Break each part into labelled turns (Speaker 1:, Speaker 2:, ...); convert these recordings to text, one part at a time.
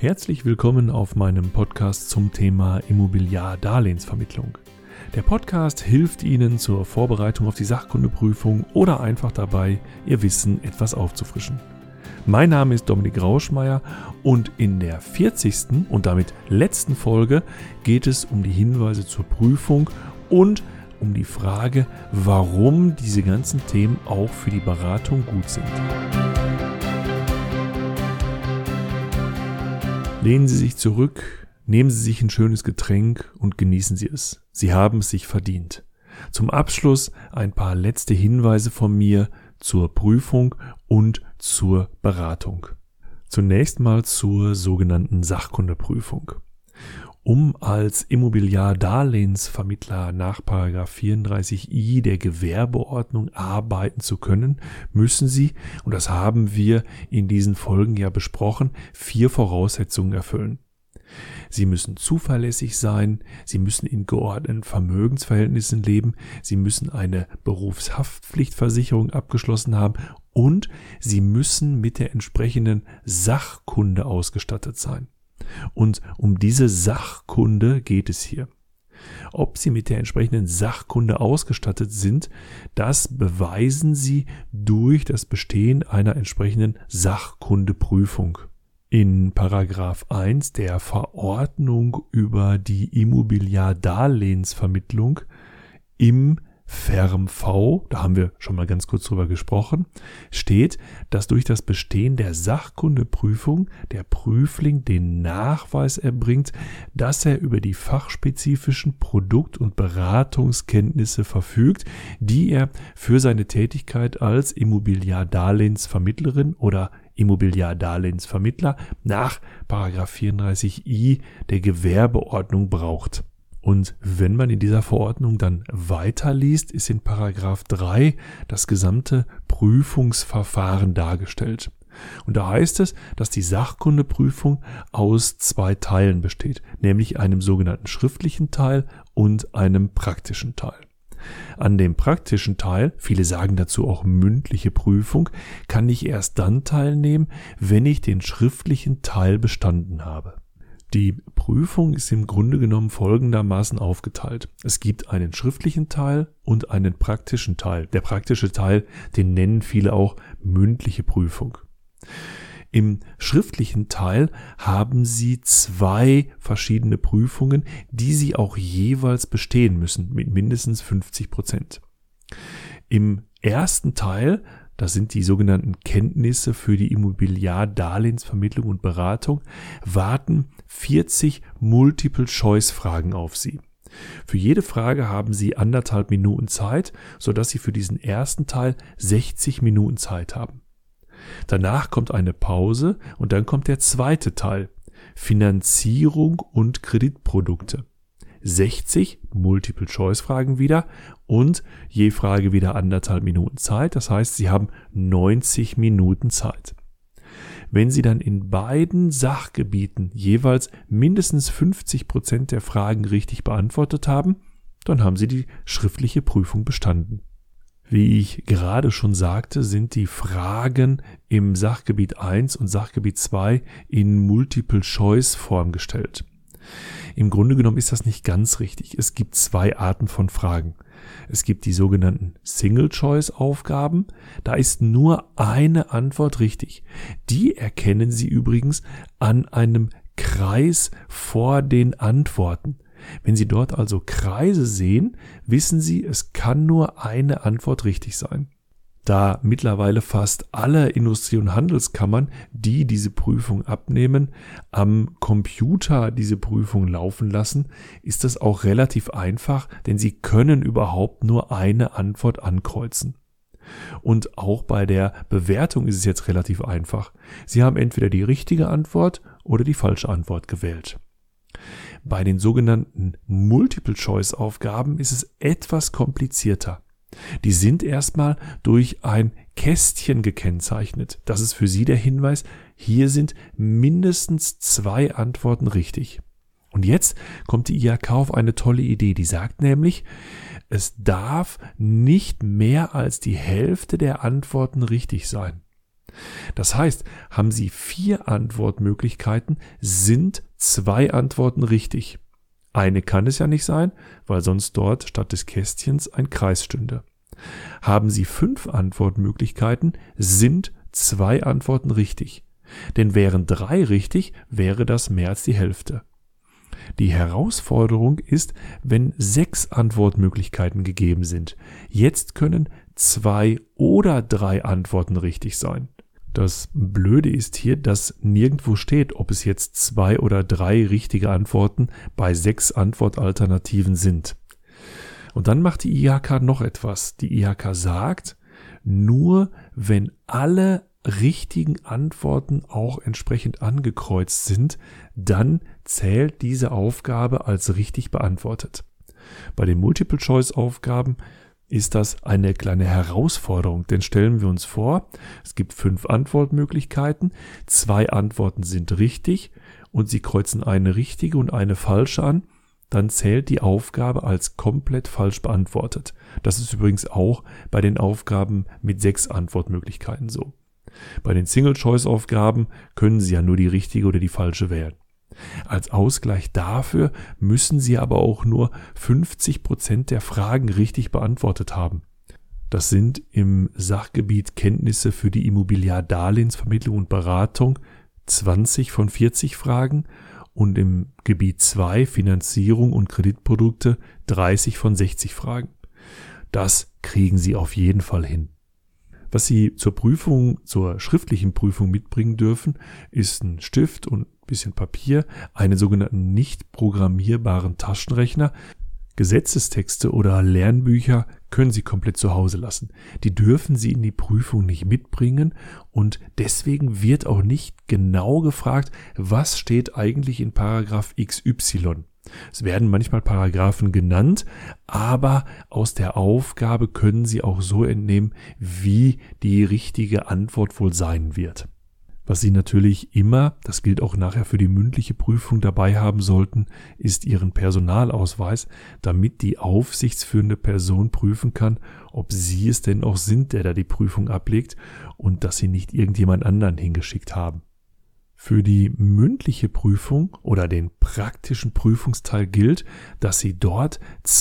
Speaker 1: Herzlich willkommen auf meinem Podcast zum Thema Immobiliardarlehensvermittlung. Der Podcast hilft Ihnen zur Vorbereitung auf die Sachkundeprüfung oder einfach dabei, Ihr Wissen etwas aufzufrischen. Mein Name ist Dominik Rauschmeier und in der 40. und damit letzten Folge geht es um die Hinweise zur Prüfung und um die Frage, warum diese ganzen Themen auch für die Beratung gut sind. Lehnen Sie sich zurück, nehmen Sie sich ein schönes Getränk und genießen Sie es. Sie haben es sich verdient. Zum Abschluss ein paar letzte Hinweise von mir zur Prüfung und zur Beratung. Zunächst mal zur sogenannten Sachkundeprüfung. Um als Immobiliardarlehensvermittler nach § 34i der Gewerbeordnung arbeiten zu können, müssen Sie, und das haben wir in diesen Folgen ja besprochen, 4 Voraussetzungen erfüllen. Sie müssen zuverlässig sein, Sie müssen in geordneten Vermögensverhältnissen leben, Sie müssen eine Berufshaftpflichtversicherung abgeschlossen haben und Sie müssen mit der entsprechenden Sachkunde ausgestattet sein. Und um diese Sachkunde geht es hier. Ob Sie mit der entsprechenden Sachkunde ausgestattet sind, das beweisen Sie durch das Bestehen einer entsprechenden Sachkundeprüfung. In § 1 der Verordnung über die Immobiliardarlehensvermittlung im VermV, da haben wir schon mal ganz kurz drüber gesprochen, steht, dass durch das Bestehen der Sachkundeprüfung der Prüfling den Nachweis erbringt, dass er über die fachspezifischen Produkt- und Beratungskenntnisse verfügt, die er für seine Tätigkeit als Immobiliardarlehensvermittlerin oder Immobiliardarlehensvermittler nach § 34i der Gewerbeordnung braucht. Und wenn man in dieser Verordnung dann weiterliest, ist in § 3 das gesamte Prüfungsverfahren dargestellt. Und da heißt es, dass die Sachkundeprüfung aus 2 Teilen besteht, nämlich einem sogenannten schriftlichen Teil und einem praktischen Teil. An dem praktischen Teil, viele sagen dazu auch mündliche Prüfung, kann ich erst dann teilnehmen, wenn ich den schriftlichen Teil bestanden habe. Die Prüfung ist im Grunde genommen folgendermaßen aufgeteilt. Es gibt einen schriftlichen Teil und einen praktischen Teil. Der praktische Teil, den nennen viele auch mündliche Prüfung. Im schriftlichen Teil haben Sie 2 verschiedene Prüfungen, die Sie auch jeweils bestehen müssen, mit mindestens 50%. Im ersten Teil, das sind die sogenannten Kenntnisse für die Immobiliardarlehensvermittlung und Beratung, warten 40 Multiple-Choice-Fragen auf Sie. Für jede Frage haben Sie 1,5 Minuten Zeit, sodass Sie für diesen ersten Teil 60 Minuten Zeit haben. Danach kommt eine Pause und dann kommt der zweite Teil, Finanzierung und Kreditprodukte. 60 Multiple-Choice-Fragen wieder und je Frage wieder 1,5 Minuten Zeit. Das heißt, Sie haben 90 Minuten Zeit. Wenn Sie dann in beiden Sachgebieten jeweils mindestens 50% der Fragen richtig beantwortet haben, dann haben Sie die schriftliche Prüfung bestanden. Wie ich gerade schon sagte, sind die Fragen im Sachgebiet 1 und Sachgebiet 2 in Multiple-Choice-Form gestellt. Im Grunde genommen ist das nicht ganz richtig. Es gibt 2 Arten von Fragen. Es gibt die sogenannten Single-Choice-Aufgaben. Da ist nur eine Antwort richtig. Die erkennen Sie übrigens an einem Kreis vor den Antworten. Wenn Sie dort also Kreise sehen, wissen Sie, es kann nur eine Antwort richtig sein. Da mittlerweile fast alle Industrie- und Handelskammern, die diese Prüfung abnehmen, am Computer diese Prüfung laufen lassen, ist das auch relativ einfach, denn Sie können überhaupt nur eine Antwort ankreuzen. Und auch bei der Bewertung ist es jetzt relativ einfach. Sie haben entweder die richtige Antwort oder die falsche Antwort gewählt. Bei den sogenannten Multiple-Choice-Aufgaben ist es etwas komplizierter. Die sind erstmal durch ein Kästchen gekennzeichnet. Das ist für Sie der Hinweis, hier sind mindestens 2 Antworten richtig. Und jetzt kommt die IHK auf eine tolle Idee, die sagt nämlich, es darf nicht mehr als die Hälfte der Antworten richtig sein. Das heißt, haben Sie 4 Antwortmöglichkeiten, sind 2 Antworten richtig. Eine kann es ja nicht sein, weil sonst dort statt des Kästchens ein Kreis stünde. Haben Sie 5 Antwortmöglichkeiten, sind 2 Antworten richtig. Denn wären 3 richtig, wäre das mehr als die Hälfte. Die Herausforderung ist, wenn 6 Antwortmöglichkeiten gegeben sind. Jetzt können 2 oder 3 Antworten richtig sein. Das Blöde ist hier, dass nirgendwo steht, ob es jetzt 2 oder 3 richtige Antworten bei 6 Antwortalternativen sind. Und dann macht die IHK noch etwas. Die IHK sagt, nur wenn alle richtigen Antworten auch entsprechend angekreuzt sind, dann zählt diese Aufgabe als richtig beantwortet. Bei den Multiple-Choice-Aufgaben ist das eine kleine Herausforderung, denn stellen wir uns vor, es gibt 5 Antwortmöglichkeiten, 2 Antworten sind richtig und Sie kreuzen eine richtige und eine falsche an, dann zählt die Aufgabe als komplett falsch beantwortet. Das ist übrigens auch bei den Aufgaben mit 6 Antwortmöglichkeiten so. Bei den Single-Choice-Aufgaben können Sie ja nur die richtige oder die falsche wählen. Als Ausgleich dafür müssen Sie aber auch nur 50% der Fragen richtig beantwortet haben. Das sind im Sachgebiet Kenntnisse für die Immobiliardarlehensvermittlung und Beratung 20 von 40 Fragen und im Gebiet 2 Finanzierung und Kreditprodukte 30 von 60 Fragen. Das kriegen Sie auf jeden Fall hin. Was Sie zur schriftlichen Prüfung mitbringen dürfen, ist ein Stift und ein bisschen Papier, einen sogenannten nicht programmierbaren Taschenrechner. Gesetzestexte oder Lernbücher können Sie komplett zu Hause lassen. Die dürfen Sie in die Prüfung nicht mitbringen und deswegen wird auch nicht genau gefragt, was steht eigentlich in Paragraph XY. Es werden manchmal Paragraphen genannt, aber aus der Aufgabe können Sie auch so entnehmen, wie die richtige Antwort wohl sein wird. Was Sie natürlich immer, das gilt auch nachher für die mündliche Prüfung, dabei haben sollten, ist Ihren Personalausweis, damit die aufsichtsführende Person prüfen kann, ob Sie es denn auch sind, der da die Prüfung ablegt und dass Sie nicht irgendjemand anderen hingeschickt haben. Für die mündliche Prüfung oder den praktischen Prüfungsteil gilt, dass Sie dort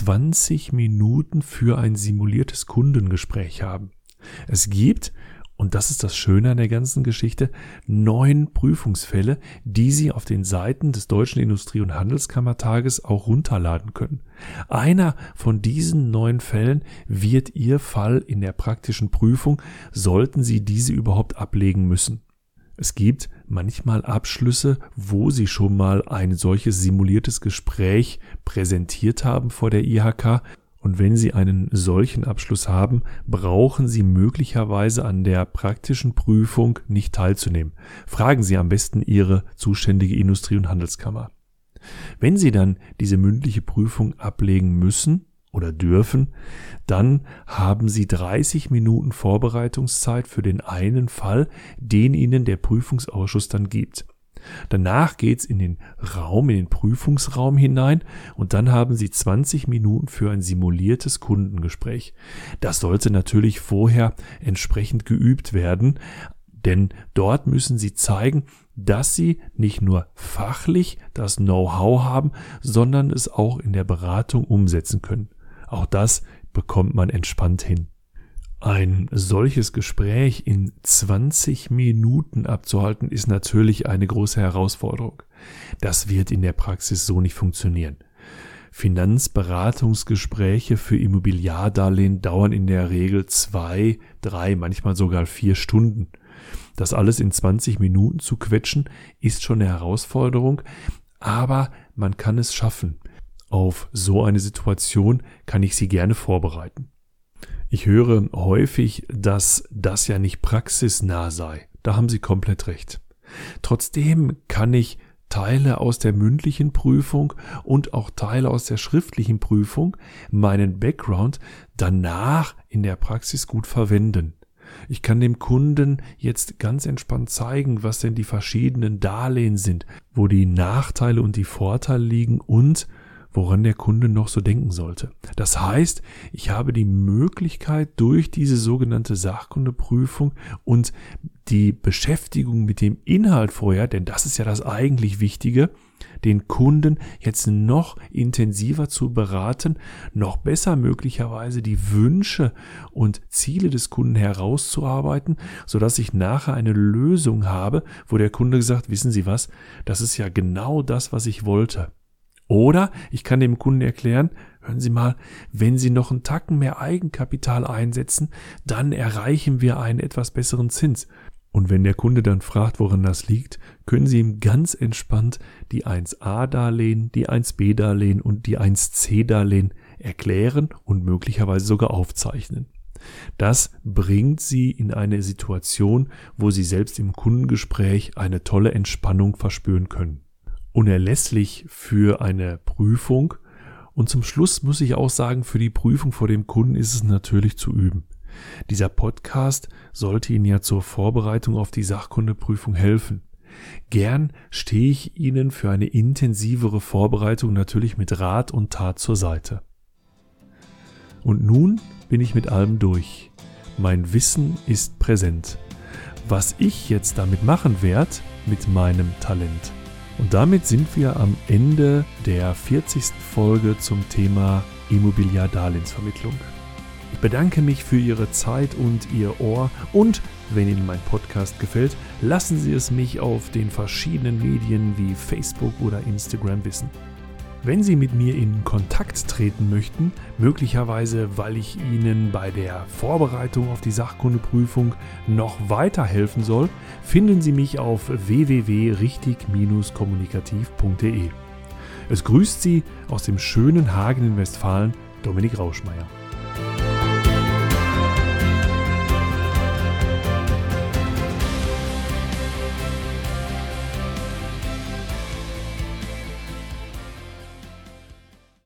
Speaker 1: 20 Minuten für ein simuliertes Kundengespräch haben. Es gibt, und das ist das Schöne an der ganzen Geschichte, 9 Prüfungsfälle, die Sie auf den Seiten des Deutschen Industrie- und Handelskammertages auch runterladen können. Einer von diesen 9 Fällen wird Ihr Fall in der praktischen Prüfung, sollten Sie diese überhaupt ablegen müssen. Es gibt manchmal Abschlüsse, wo Sie schon mal ein solches simuliertes Gespräch präsentiert haben vor der IHK. Und wenn Sie einen solchen Abschluss haben, brauchen Sie möglicherweise an der praktischen Prüfung nicht teilzunehmen. Fragen Sie am besten Ihre zuständige Industrie- und Handelskammer. Wenn Sie dann diese mündliche Prüfung ablegen müssen oder dürfen, dann haben Sie 30 Minuten Vorbereitungszeit für den einen Fall, den Ihnen der Prüfungsausschuss dann gibt. Danach geht's in den Prüfungsraum hinein und dann haben Sie 20 Minuten für ein simuliertes Kundengespräch. Das sollte natürlich vorher entsprechend geübt werden, denn dort müssen Sie zeigen, dass Sie nicht nur fachlich das Know-how haben, sondern es auch in der Beratung umsetzen können. Auch das bekommt man entspannt hin. Ein solches Gespräch in 20 Minuten abzuhalten, ist natürlich eine große Herausforderung. Das wird in der Praxis so nicht funktionieren. Finanzberatungsgespräche für Immobiliardarlehen dauern in der Regel 2, 3, manchmal sogar 4 Stunden. Das alles in 20 Minuten zu quetschen, ist schon eine Herausforderung, aber man kann es schaffen. Auf so eine Situation kann ich Sie gerne vorbereiten. Ich höre häufig, dass das ja nicht praxisnah sei. Da haben Sie komplett recht. Trotzdem kann ich Teile aus der mündlichen Prüfung und auch Teile aus der schriftlichen Prüfung, meinen Background, danach in der Praxis gut verwenden. Ich kann dem Kunden jetzt ganz entspannt zeigen, was denn die verschiedenen Darlehen sind, wo die Nachteile und die Vorteile liegen und woran der Kunde noch so denken sollte. Das heißt, ich habe die Möglichkeit, durch diese sogenannte Sachkundeprüfung und die Beschäftigung mit dem Inhalt vorher, denn das ist ja das eigentlich Wichtige, den Kunden jetzt noch intensiver zu beraten, noch besser möglicherweise die Wünsche und Ziele des Kunden herauszuarbeiten, sodass ich nachher eine Lösung habe, wo der Kunde sagt, wissen Sie was, das ist ja genau das, was ich wollte. Oder ich kann dem Kunden erklären, hören Sie mal, wenn Sie noch einen Tacken mehr Eigenkapital einsetzen, dann erreichen wir einen etwas besseren Zins. Und wenn der Kunde dann fragt, woran das liegt, können Sie ihm ganz entspannt die 1a-Darlehen, die 1b-Darlehen und die 1c-Darlehen erklären und möglicherweise sogar aufzeichnen. Das bringt Sie in eine Situation, wo Sie selbst im Kundengespräch eine tolle Entspannung verspüren können. Unerlässlich für eine Prüfung und zum Schluss muss ich auch sagen, für die Prüfung vor dem Kunden ist es natürlich zu üben. Dieser Podcast sollte Ihnen ja zur Vorbereitung auf die Sachkundeprüfung helfen. Gern stehe ich Ihnen für eine intensivere Vorbereitung natürlich mit Rat und Tat zur Seite. Und nun bin ich mit allem durch. Mein Wissen ist präsent. Was ich jetzt damit machen werde, mit meinem Talent. Und damit sind wir am Ende der 40. Folge zum Thema Immobiliardarlehensvermittlung. Ich bedanke mich für Ihre Zeit und Ihr Ohr und wenn Ihnen mein Podcast gefällt, lassen Sie es mich auf den verschiedenen Medien wie Facebook oder Instagram wissen. Wenn Sie mit mir in Kontakt treten möchten, möglicherweise weil ich Ihnen bei der Vorbereitung auf die Sachkundeprüfung noch weiterhelfen soll, finden Sie mich auf www.richtig-kommunikativ.de. Es grüßt Sie aus dem schönen Hagen in Westfalen, Dominik Rauschmeier.